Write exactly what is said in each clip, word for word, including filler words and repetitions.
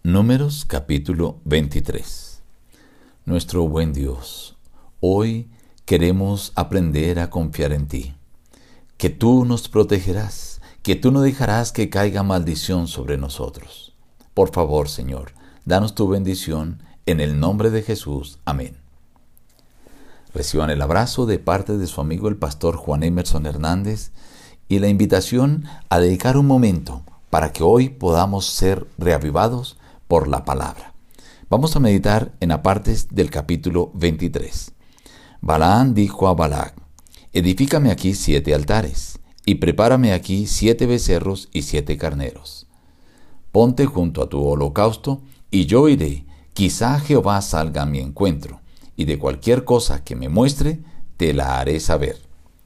Números capítulo veintitrés. Nuestro buen Dios, hoy queremos aprender a confiar en ti, que tú nos protegerás, que tú no dejarás que caiga maldición sobre nosotros. Por favor, Señor, danos tu bendición en el nombre de Jesús. Amén. Reciban el abrazo de parte de su amigo el pastor Juan Emerson Hernández y la invitación a dedicar un momento para que hoy podamos ser reavivados por la palabra. Vamos a meditar en apartes del capítulo veintitrés. Balaam dijo a Balac: edifícame aquí siete altares, y prepárame aquí siete becerros y siete carneros. Ponte junto a tu holocausto, y yo iré, quizá Jehová salga a mi encuentro, y de cualquier cosa que me muestre, te la haré saber.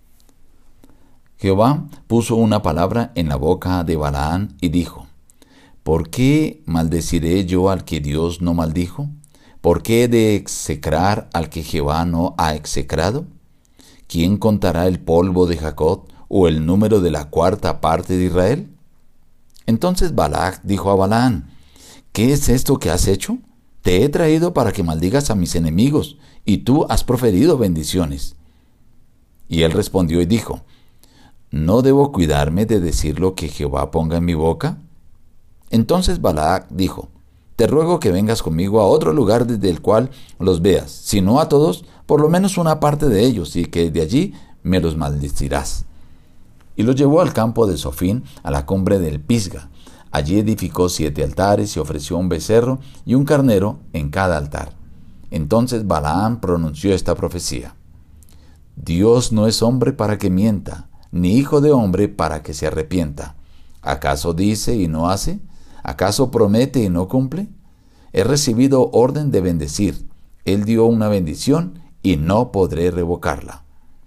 Jehová puso una palabra en la boca de Balaam y dijo: ¿por qué maldeciré yo al que Dios no maldijo? ¿Por qué he de execrar al que Jehová no ha execrado? ¿Quién contará el polvo de Jacob o el número de la cuarta parte de Israel? Entonces Balac dijo a Balaam: ¿qué es esto que has hecho? Te he traído para que maldigas a mis enemigos, y tú has proferido bendiciones. Y él respondió y dijo: ¿no debo cuidarme de decir lo que Jehová ponga en mi boca? Entonces Balac dijo: te ruego que vengas conmigo a otro lugar desde el cual los veas, si no a todos, por lo menos una parte de ellos, y que de allí me los maldecirás. Y los llevó al campo de Sofín, a la cumbre del Pisga. Allí edificó siete altares y ofreció un becerro y un carnero en cada altar. Entonces Balaam pronunció esta profecía: Dios no es hombre para que mienta, ni hijo de hombre para que se arrepienta. ¿Acaso dice y no hace? ¿Acaso promete y no cumple? He recibido orden de bendecir. Él dio una bendición y no podré revocarla.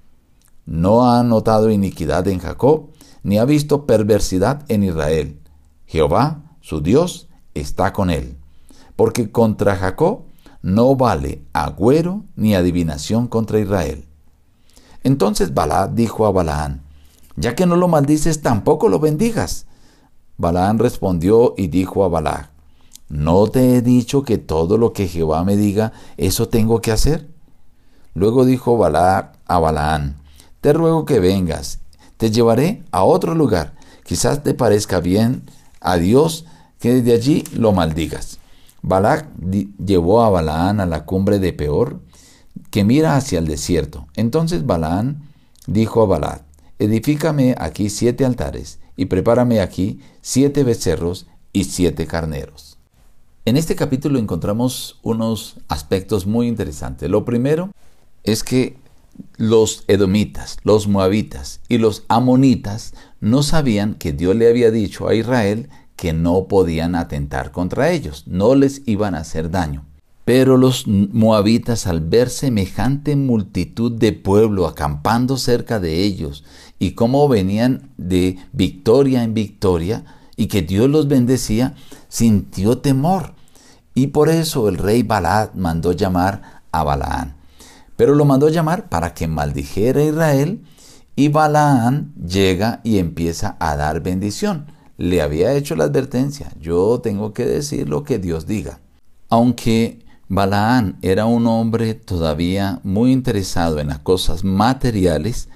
No ha notado iniquidad en Jacob, ni ha visto perversidad en Israel. Jehová, su Dios, está con él. Porque contra Jacob no vale agüero ni adivinación contra Israel. Entonces Balac dijo a Balaam: ya que no lo maldices, tampoco lo bendigas. Balaam respondió y dijo a Balac: ¿no te he dicho que todo lo que Jehová me diga, eso tengo que hacer? Luego dijo Balac a Balaam: te ruego que vengas, te llevaré a otro lugar, quizás te parezca bien a Dios que desde allí lo maldigas. Balac llevó a Balaam a la cumbre de Peor, que mira hacia el desierto. Entonces Balaam dijo a Balac: edifícame aquí siete altares, y prepárame aquí siete becerros y siete carneros. En este capítulo encontramos unos aspectos muy interesantes. Lo primero es que los edomitas, los moabitas y los amonitas no sabían que Dios le había dicho a Israel que no podían atentar contra ellos, no les iban a hacer daño. Pero los moabitas, al ver semejante multitud de pueblo acampando cerca de ellos y cómo venían de victoria en victoria y que Dios los bendecía, sintió temor. Y por eso el rey Balac mandó llamar a Balaam. Pero lo mandó llamar para que maldijera a Israel, y Balaam llega y empieza a dar bendición. Le había hecho la advertencia: yo tengo que decir lo que Dios diga. Aunque Balaam era un hombre todavía muy interesado en las cosas materiales,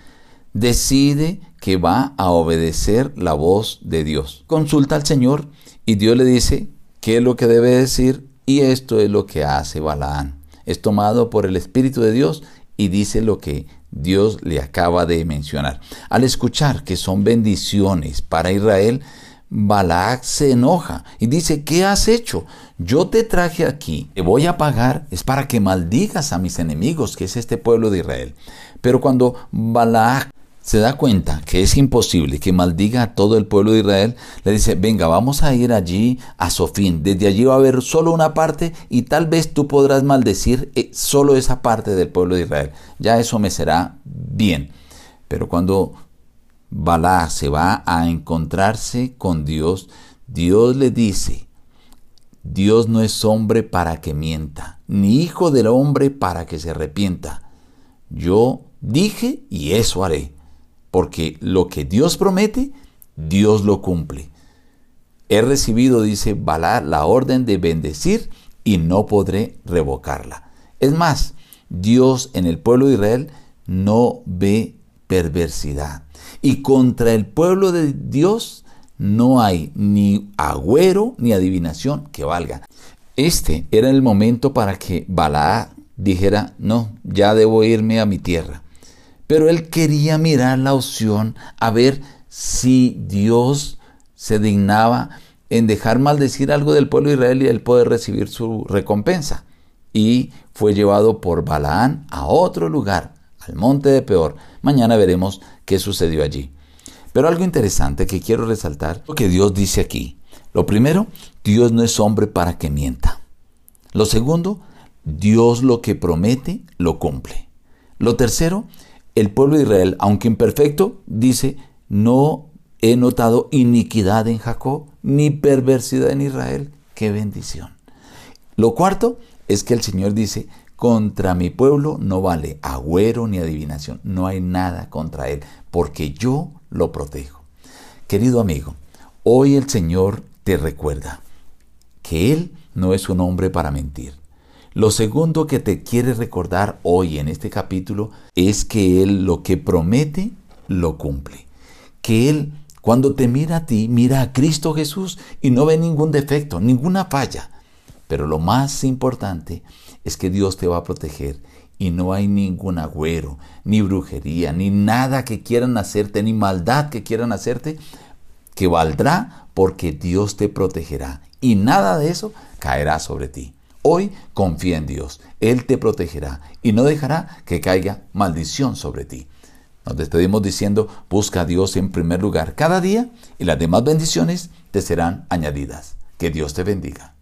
decide que va a obedecer la voz de Dios. Consulta al Señor y Dios le dice qué es lo que debe decir, y esto es lo que hace Balaam. Es tomado por el Espíritu de Dios y dice lo que Dios le acaba de mencionar. Al escuchar que son bendiciones para Israel, Balac se enoja y dice: ¿qué has hecho? Yo te traje aquí, te voy a pagar, es para que maldigas a mis enemigos, que es este pueblo de Israel. Pero cuando Balac se da cuenta que es imposible que maldiga a todo el pueblo de Israel, le dice: venga, vamos a ir allí a Sofín, desde allí va a haber solo una parte y tal vez tú podrás maldecir solo esa parte del pueblo de Israel. Ya eso me será bien. Pero cuando Balac se va a encontrarse con Dios, Dios le dice: Dios no es hombre para que mienta, ni hijo del hombre para que se arrepienta. Yo dije y eso haré, porque lo que Dios promete, Dios lo cumple. He recibido, dice Balac, la orden de bendecir y no podré revocarla. Es más, Dios en el pueblo de Israel no ve perversidad. Y contra el pueblo de Dios no hay ni agüero ni adivinación que valga. Este era el momento para que Balac dijera, no, ya debo irme a mi tierra. Pero él quería mirar la opción a ver si Dios se dignaba en dejar maldecir algo del pueblo de Israel y él poder recibir su recompensa. Y fue llevado por Balaam a otro lugar, al monte de Peor. Mañana veremos qué sucedió allí. Pero algo interesante que quiero resaltar, lo que Dios dice aquí. Lo primero, Dios no es hombre para que mienta. Lo segundo, Dios lo que promete, lo cumple. Lo tercero, el pueblo de Israel, aunque imperfecto, dice, no he notado iniquidad en Jacob, ni perversidad en Israel. ¡Qué bendición! Lo cuarto es que el Señor dice, contra mi pueblo no vale agüero ni adivinación. No hay nada contra él, porque yo lo protejo. Querido amigo, hoy el Señor te recuerda que Él no es un hombre para mentir. Lo segundo que te quiere recordar hoy en este capítulo es que Él lo que promete, lo cumple. Que Él, cuando te mira a ti, mira a Cristo Jesús y no ve ningún defecto, ninguna falla. Pero lo más importante es que Dios te va a proteger y no hay ningún agüero, ni brujería, ni nada que quieran hacerte, ni maldad que quieran hacerte, que valdrá porque Dios te protegerá y nada de eso caerá sobre ti. Hoy confía en Dios, Él te protegerá y no dejará que caiga maldición sobre ti. Nos despedimos diciendo, busca a Dios en primer lugar cada día y las demás bendiciones te serán añadidas. Que Dios te bendiga.